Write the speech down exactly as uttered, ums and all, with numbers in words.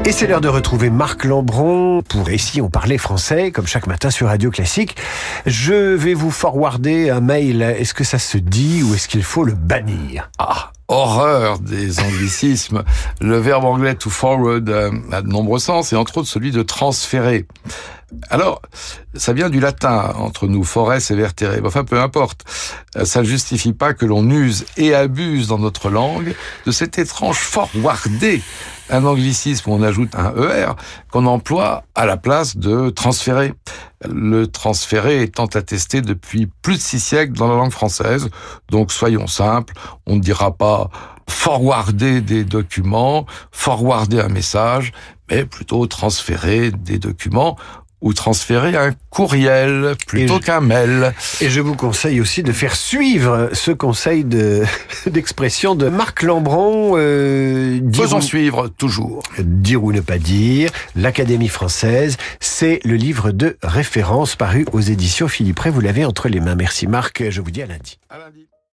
Et c'est l'heure de retrouver Marc Lambron pour Ici on parlait français, comme chaque matin sur Radio Classique. Je vais vous forwarder un mail. Est-ce que ça se dit ou est-ce qu'il faut le bannir ? Ah, horreur des anglicismes. Le verbe anglais to forward a de nombreux sens, et entre autres celui de transférer. Alors, ça vient du latin, entre nous, fores et vertere. Enfin, peu importe. Ça ne justifie pas que l'on use et abuse dans notre langue de cet étrange forwarder, un anglicisme où on ajoute un E R, qu'on emploie à la place de transférer. Le transférer étant attesté depuis plus de six siècles dans la langue française. Donc, soyons simples, on ne dira pas forwarder des documents, forwarder un message, mais plutôt transférer des documents ou transférer un courriel plutôt qu'un mail. Et je vous conseille aussi de faire suivre ce conseil de, d'expression de Marc Lambron. Euh, Faisons ou, suivre toujours. Dire ou ne pas dire, l'Académie française, c'est le livre de référence paru aux éditions Philippe Ray. Vous l'avez entre les mains. Merci Marc, je vous dis à lundi. À lundi.